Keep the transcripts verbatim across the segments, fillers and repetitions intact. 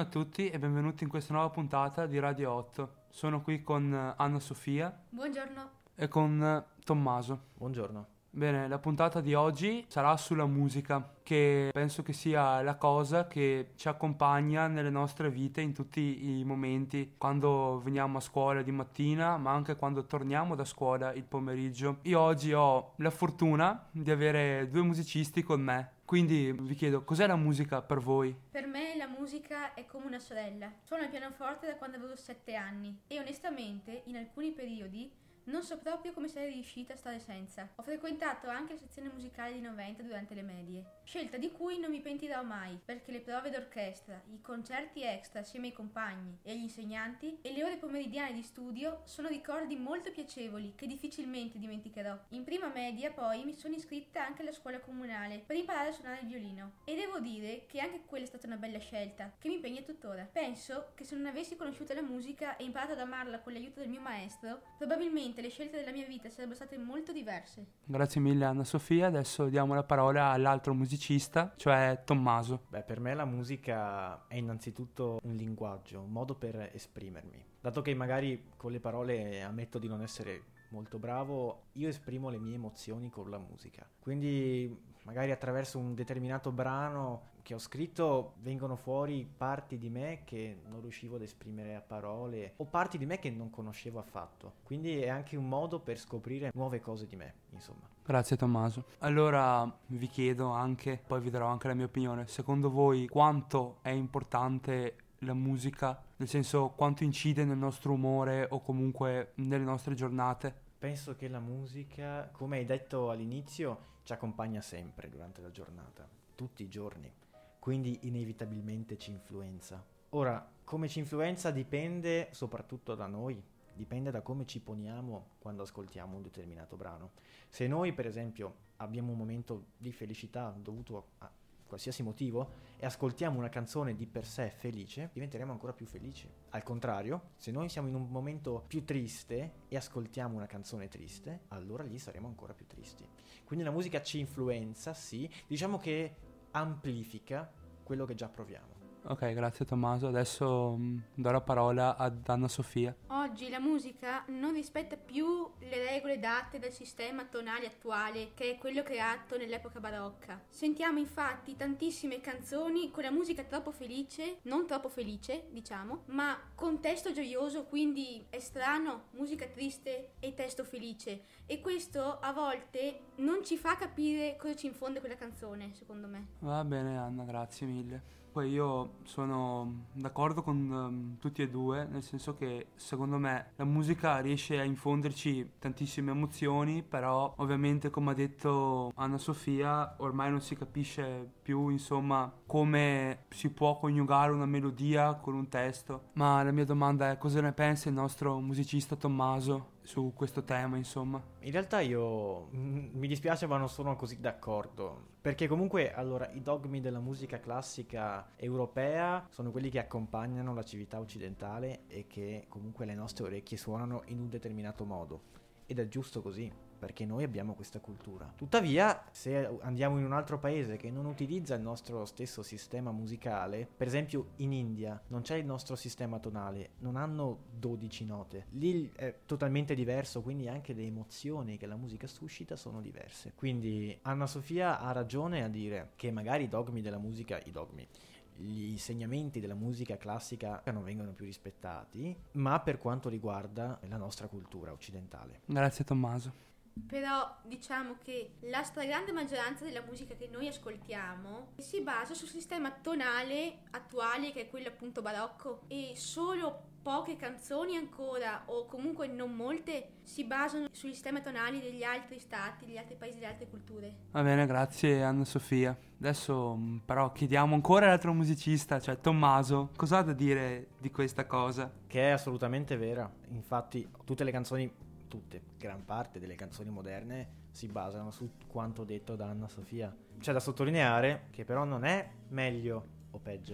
a tutti e benvenuti in questa nuova puntata di Radio otto. Sono qui con eh, Anna Sofia Buongiorno. e con eh, Tommaso. Buongiorno. Bene, la puntata di oggi sarà sulla musica, che penso che sia la cosa che ci accompagna nelle nostre vite in tutti i momenti, quando veniamo a scuola di mattina, ma anche quando torniamo da scuola il pomeriggio. Io oggi ho la fortuna di avere due musicisti con me, quindi vi chiedo, cos'è la musica per voi? Per me la musica è come una sorella. Suono il pianoforte da quando avevo sette anni e onestamente in alcuni periodi non so proprio come sarei riuscita a stare senza. Ho frequentato anche la sezione musicale di novanta durante le medie, scelta di cui non mi pentirò mai, perché le prove d'orchestra, i concerti extra assieme ai compagni e agli insegnanti e le ore pomeridiane di studio sono ricordi molto piacevoli che difficilmente dimenticherò. In prima media poi mi sono iscritta anche alla scuola comunale per imparare a suonare il violino e devo dire che anche quella è stata una bella scelta che mi impegna tuttora. Penso che se non avessi conosciuto la musica e imparato ad amarla con l'aiuto del mio maestro, probabilmente le scelte della mia vita sarebbero state molto diverse. Grazie mille Anna Sofia, adesso diamo la parola all'altro musicista, cioè Tommaso. Beh, per me la musica è innanzitutto un linguaggio, un modo per esprimermi. Dato che magari con le parole ammetto di non essere molto bravo, io esprimo le mie emozioni con la musica. Quindi magari attraverso un determinato brano che ho scritto vengono fuori parti di me che non riuscivo ad esprimere a parole o parti di me che non conoscevo affatto. Quindi è anche un modo per scoprire nuove cose di me, insomma. Grazie Tommaso. Allora vi chiedo anche, poi vi darò anche la mia opinione, secondo voi quanto è importante la musica, nel senso quanto incide nel nostro umore o comunque nelle nostre giornate? Penso che la musica, come hai detto all'inizio, ci accompagna sempre durante la giornata, tutti i giorni, quindi inevitabilmente ci influenza. Ora, come ci influenza dipende soprattutto da noi, dipende da come ci poniamo quando ascoltiamo un determinato brano. Se noi, per esempio, abbiamo un momento di felicità dovuto a qualsiasi motivo e ascoltiamo una canzone di per sé felice, diventeremo ancora più felici. Al contrario, se noi siamo in un momento più triste e ascoltiamo una canzone triste, allora lì saremo ancora più tristi. Quindi la musica ci influenza, sì, diciamo che amplifica quello che già proviamo. Ok, grazie Tommaso. Adesso mh, do la parola ad Anna Sofia. Oggi la musica non rispetta più le regole date dal sistema tonale attuale, che è quello creato nell'epoca barocca. Sentiamo infatti tantissime canzoni con la musica troppo felice, non troppo felice, diciamo, ma con testo gioioso, quindi è strano, musica triste e testo felice. E questo a volte non ci fa capire cosa ci infonde quella canzone, secondo me. Va bene Anna, grazie mille. Poi io sono d'accordo con um, tutti e due, nel senso che secondo me la musica riesce a infonderci tantissime emozioni, però ovviamente come ha detto Anna Sofia ormai non si capisce più insomma come si può coniugare una melodia con un testo. Ma la mia domanda è: cosa ne pensa il nostro musicista Tommaso su questo tema, insomma? In realtà io mm, mi dispiace ma non sono così d'accordo, perché comunque allora i dogmi della musica classica europea sono quelli che accompagnano la civiltà occidentale e che comunque le nostre orecchie suonano in un determinato modo, ed è giusto così, perché noi abbiamo questa cultura. Tuttavia, se andiamo in un altro paese che non utilizza il nostro stesso sistema musicale, per esempio in India non c'è il nostro sistema tonale, non hanno dodici note. Lì è totalmente diverso, quindi anche le emozioni che la musica suscita sono diverse. Quindi Anna Sofia ha ragione a dire che magari i dogmi della musica, i dogmi, gli insegnamenti della musica classica non vengono più rispettati, ma per quanto riguarda la nostra cultura occidentale. Grazie Tommaso. Però diciamo che la stragrande maggioranza della musica che noi ascoltiamo si basa sul sistema tonale attuale, che è quello appunto barocco, e solo poche canzoni ancora, o comunque non molte, si basano sui sistemi tonali degli altri stati, degli altri paesi, delle altre culture. Va bene, grazie Anna Sofia. Adesso mh, però chiediamo ancora all'altro musicista, cioè Tommaso, cosa ha da dire di questa cosa? Che è assolutamente vera. Infatti tutte le canzoni, tutte, gran parte delle canzoni moderne si basano su quanto detto da Anna Sofia. C'è da sottolineare che però non è meglio o peggio,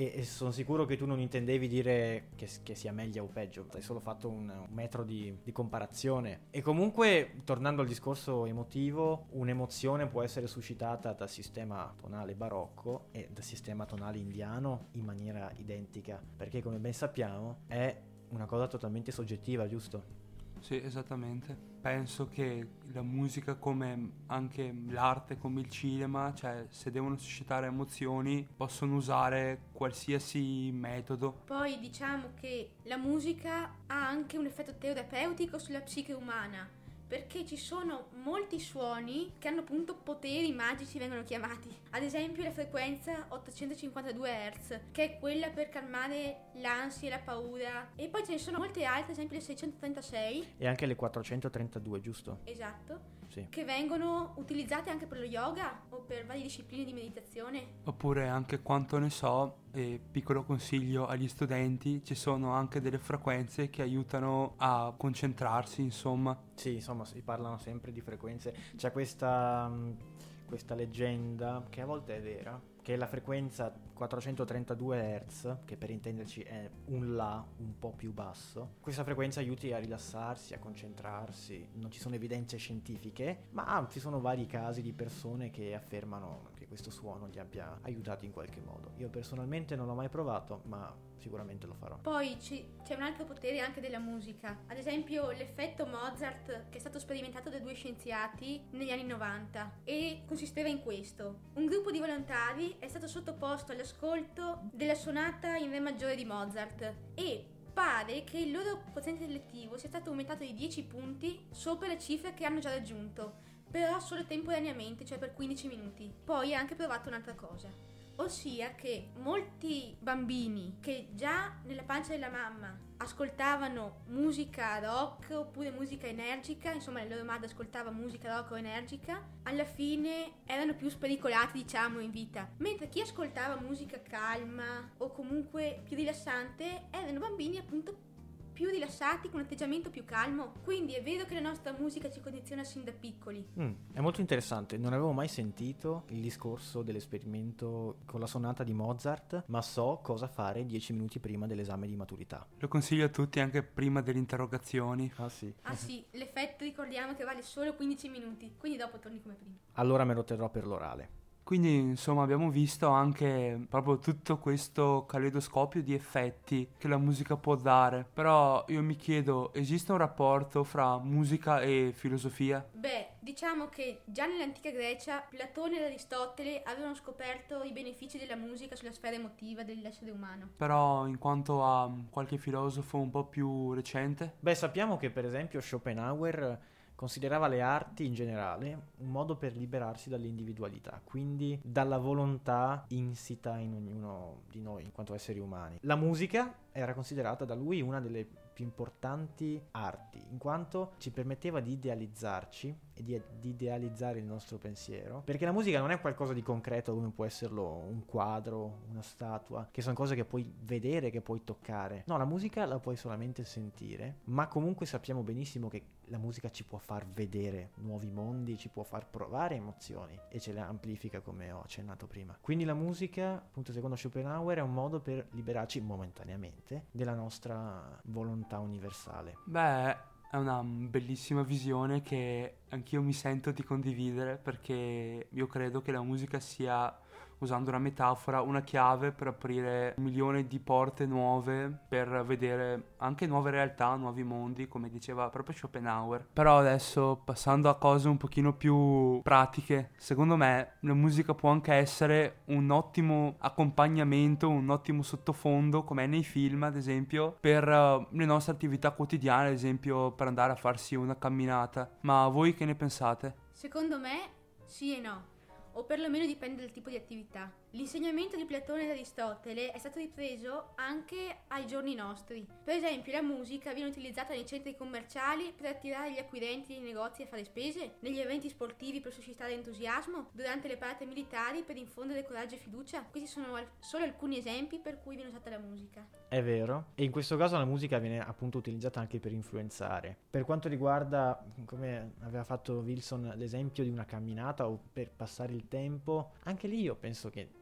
E, e sono sicuro che tu non intendevi dire che, che sia meglio o peggio, hai solo fatto un, un metro di, di comparazione. E comunque, tornando al discorso emotivo, un'emozione può essere suscitata dal sistema tonale barocco e dal sistema tonale indiano in maniera identica, perché come ben sappiamo è una cosa totalmente soggettiva, giusto? Sì, esattamente. Penso che la musica, come anche l'arte, come il cinema, cioè se devono suscitare emozioni, possono usare qualsiasi metodo. Poi diciamo che la musica ha anche un effetto terapeutico sulla psiche umana, perché ci sono molti suoni che hanno appunto poteri magici, vengono chiamati. Ad esempio la frequenza ottocentocinquantadue hertz, che è quella per calmare l'ansia e la paura. E poi ce ne sono molte altre, ad esempio le seicentotrentasei. E anche le quattrocentotrentadue, giusto? Esatto. Sì. Che vengono utilizzate anche per lo yoga o per varie discipline di meditazione. Oppure anche, quanto ne so, e piccolo consiglio agli studenti, ci sono anche delle frequenze che aiutano a concentrarsi, insomma. Sì, insomma, si parlano sempre di frequenze. C'è questa, mh, questa leggenda, che a volte è vera, che la frequenza quattrocentotrentadue hertz, che per intenderci è un La un po' più basso, questa frequenza aiuti a rilassarsi, a concentrarsi. Non ci sono evidenze scientifiche, ma ci sono vari casi di persone che affermano che questo suono li abbia aiutati in qualche modo. Io personalmente non l'ho mai provato, ma sicuramente lo farò. Poi ci, c'è un altro potere anche della musica, ad esempio l'effetto Mozart, che è stato sperimentato da due scienziati negli anni novanta, e consisteva in questo: un gruppo di volontari è stato sottoposto all'ascolto della sonata in re maggiore di Mozart e pare che il loro quoziente intellettivo sia stato aumentato di dieci punti sopra la cifra che hanno già raggiunto, però solo temporaneamente, cioè per quindici minuti. Poi ha anche provato un'altra cosa, ossia che molti bambini che già nella pancia della mamma ascoltavano musica rock oppure musica energica, insomma la loro madre ascoltava musica rock o energica, alla fine erano più spericolati, diciamo, in vita, mentre chi ascoltava musica calma o comunque più rilassante erano bambini appunto più rilassati, con un atteggiamento più calmo. Quindi è vero che la nostra musica ci condiziona sin da piccoli. Mm, è molto interessante, non avevo mai sentito il discorso dell'esperimento con la sonata di Mozart, ma so cosa fare dieci minuti prima dell'esame di maturità. Lo consiglio a tutti anche prima delle interrogazioni. Ah sì? Ah sì, l'effetto ricordiamo che vale solo quindici minuti, quindi dopo torni come prima. Allora me lo terrò per l'orale. Quindi insomma abbiamo visto anche proprio tutto questo caleidoscopio di effetti che la musica può dare. Però io mi chiedo, esiste un rapporto fra musica e filosofia? Beh, diciamo che già nell'antica Grecia Platone ed Aristotele avevano scoperto i benefici della musica sulla sfera emotiva dell'essere umano. Però in quanto a qualche filosofo un po' più recente? Beh, sappiamo che per esempio Schopenhauer considerava le arti in generale un modo per liberarsi dall'individualità, quindi dalla volontà insita in ognuno di noi in quanto esseri umani. La musica era considerata da lui una delle più importanti arti, in quanto ci permetteva di idealizzarci e di, di idealizzare il nostro pensiero, perché la musica non è qualcosa di concreto come può esserlo un quadro, una statua, che sono cose che puoi vedere, che puoi toccare. No, la musica la puoi solamente sentire, ma comunque sappiamo benissimo che la musica ci può far vedere nuovi mondi, ci può far provare emozioni e ce le amplifica, come ho accennato prima. Quindi la musica, appunto secondo Schopenhauer, è un modo per liberarci momentaneamente della nostra volontà universale. Beh, è una bellissima visione che anch'io mi sento di condividere, perché io credo che la musica sia, usando una metafora, una chiave per aprire un milione di porte nuove, per vedere anche nuove realtà, nuovi mondi, come diceva proprio Schopenhauer. Però adesso, passando a cose un pochino più pratiche, secondo me la musica può anche essere un ottimo accompagnamento, un ottimo sottofondo, come è nei film ad esempio, per uh, le nostre attività quotidiane, ad esempio per andare a farsi una camminata. Ma voi che ne pensate? Secondo me sì e no, o perlomeno dipende dal tipo di attività. L'insegnamento di Platone ed Aristotele è stato ripreso anche ai giorni nostri. Per esempio, la musica viene utilizzata nei centri commerciali per attirare gli acquirenti nei negozi a fare spese, negli eventi sportivi per suscitare entusiasmo, durante le parate militari per infondere coraggio e fiducia. Questi sono al- solo alcuni esempi per cui viene usata la musica. È vero, e in questo caso la musica viene appunto utilizzata anche per influenzare. Per quanto riguarda, come aveva fatto Wilson, l'esempio di una camminata o per passare il tempo, anche lì io penso che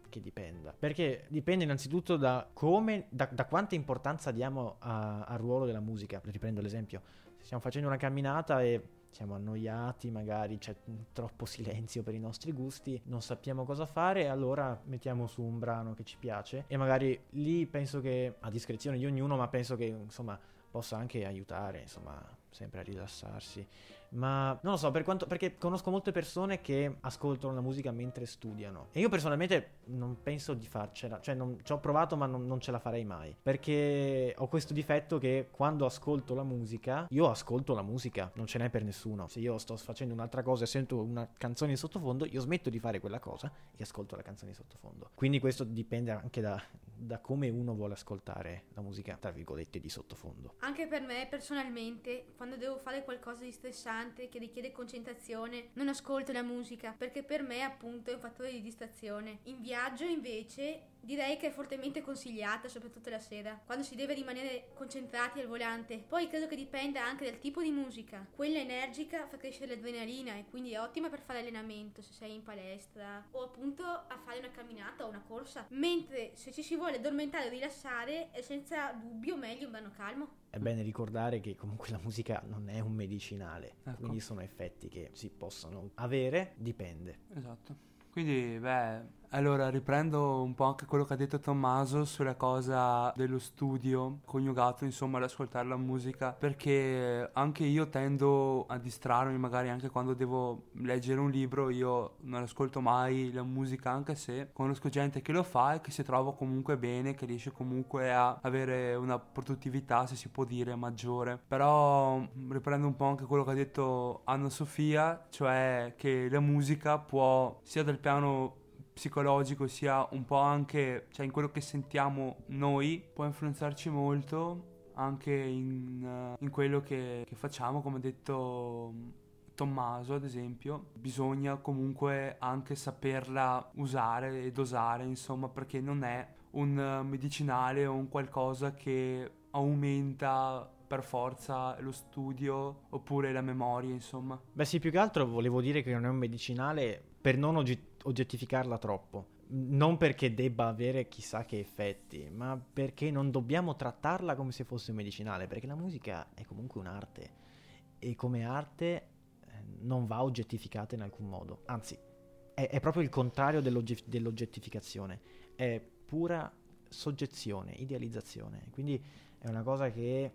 che dipenda, perché dipende innanzitutto da come, da, da quanta importanza diamo a, al ruolo della musica. Riprendo l'esempio: se stiamo facendo una camminata e siamo annoiati, magari c'è troppo silenzio per i nostri gusti, non sappiamo cosa fare, allora mettiamo su un brano che ci piace, e magari lì penso che, a discrezione di ognuno, ma penso che insomma possa anche aiutare, insomma, sempre a rilassarsi. Ma non lo so, per quanto, perché conosco molte persone che ascoltano la musica mentre studiano, e io personalmente non penso di farcela, cioè non, ci ho provato ma non, non ce la farei mai, perché ho questo difetto che quando ascolto la musica, io ascolto la musica, non ce n'è per nessuno. Se io sto facendo un'altra cosa e sento una canzone in sottofondo, io smetto di fare quella cosa e ascolto la canzone in sottofondo. Quindi questo dipende anche da, da come uno vuole ascoltare la musica, tra virgolette, di sottofondo. Anche per me personalmente, quando devo fare qualcosa di stressante che richiede concentrazione, non ascolto la musica, perché per me appunto è un fattore di distrazione. In viaggio invece direi che è fortemente consigliata, soprattutto la sera, quando si deve rimanere concentrati al volante. Poi credo che dipenda anche dal tipo di musica. Quella energica fa crescere l'adrenalina e quindi è ottima per fare allenamento, se sei in palestra o appunto a fare una camminata o una corsa. Mentre se ci si vuole addormentare o rilassare è senza dubbio meglio un brano calmo. È bene ricordare che comunque la musica non è un medicinale, ecco. Quindi sono effetti che si possono avere, dipende. Esatto. Quindi, beh, allora riprendo un po' anche quello che ha detto Tommaso sulla cosa dello studio coniugato, insomma, ad ascoltare la musica, perché anche io tendo a distrarmi, magari anche quando devo leggere un libro. Io non ascolto mai la musica, anche se conosco gente che lo fa e che si trova comunque bene, che riesce comunque a avere una produttività, se si può dire, maggiore. Però riprendo un po' anche quello che ha detto Anna Sofia, cioè che la musica può, sia dal piano psicologico sia un po' anche, cioè in quello che sentiamo noi, può influenzarci molto anche in, uh, in quello che, che facciamo, come ha detto Tommaso ad esempio. Bisogna comunque anche saperla usare e dosare, insomma, perché non è un uh, medicinale o un qualcosa che aumenta per forza lo studio oppure la memoria, insomma. Beh sì, più che altro volevo dire che non è un medicinale per non oggi- oggettificarla troppo. Non perché debba avere chissà che effetti, ma perché non dobbiamo trattarla come se fosse un medicinale, perché la musica è comunque un'arte e come arte eh, non va oggettificata in alcun modo. Anzi, è, è proprio il contrario dell'ogge- dell'oggettificazione, è pura soggezione, idealizzazione. Quindi è una cosa che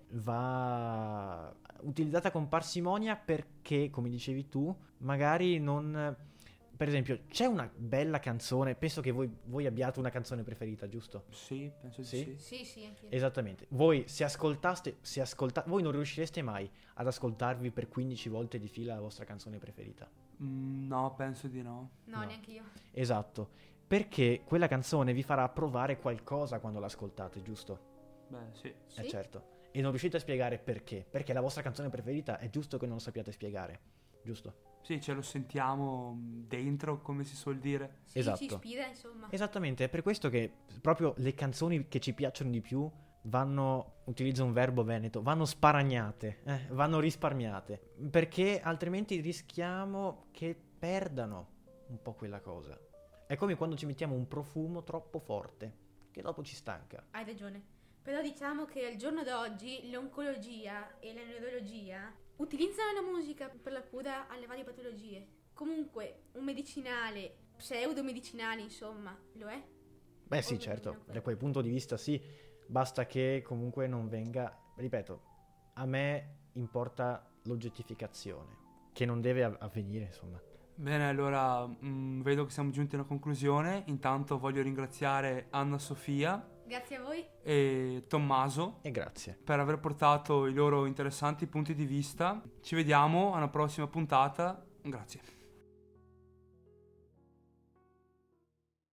va utilizzata con parsimonia, perché, come dicevi tu, magari non... Per esempio, c'è una bella canzone, penso che voi, voi abbiate una canzone preferita, giusto? Sì, penso di Sì? sì. Sì, sì, anche io. Esattamente. Voi se ascoltaste, se ascolta, voi non riuscireste mai ad ascoltarvi per quindici volte di fila la vostra canzone preferita. Mm, no, penso di no. No, No. neanche io. Esatto. Perché quella canzone vi farà provare qualcosa quando l'ascoltate, giusto? Beh, sì. Sì? Eh certo. E non riuscite a spiegare perché. Perché la vostra canzone preferita è giusto che non lo sappiate spiegare. Giusto? Sì, ce lo sentiamo dentro, come si suol dire. Sì, Esatto. ci ispira, insomma. Esattamente, è per questo che proprio le canzoni che ci piacciono di più vanno, utilizzo un verbo veneto, vanno sparagnate, eh, vanno risparmiate, perché altrimenti rischiamo che perdano un po' quella cosa. È come quando ci mettiamo un profumo troppo forte, che dopo ci stanca. Hai ragione. Però diciamo che al giorno d'oggi l'oncologia e la neurologia utilizzano la musica per la cura alle varie patologie. Comunque, un medicinale, pseudomedicinale, insomma, lo è? Beh sì, O certo, meno. da quel punto di vista sì, basta che comunque non venga, ripeto, a me importa l'oggettificazione, che non deve av- avvenire, insomma. Bene, allora mm, vedo che siamo giunti a una conclusione. Intanto voglio ringraziare Anna Sofia Grazie a voi. e Tommaso E grazie. per aver portato i loro interessanti punti di vista. Ci vediamo alla prossima puntata. Grazie.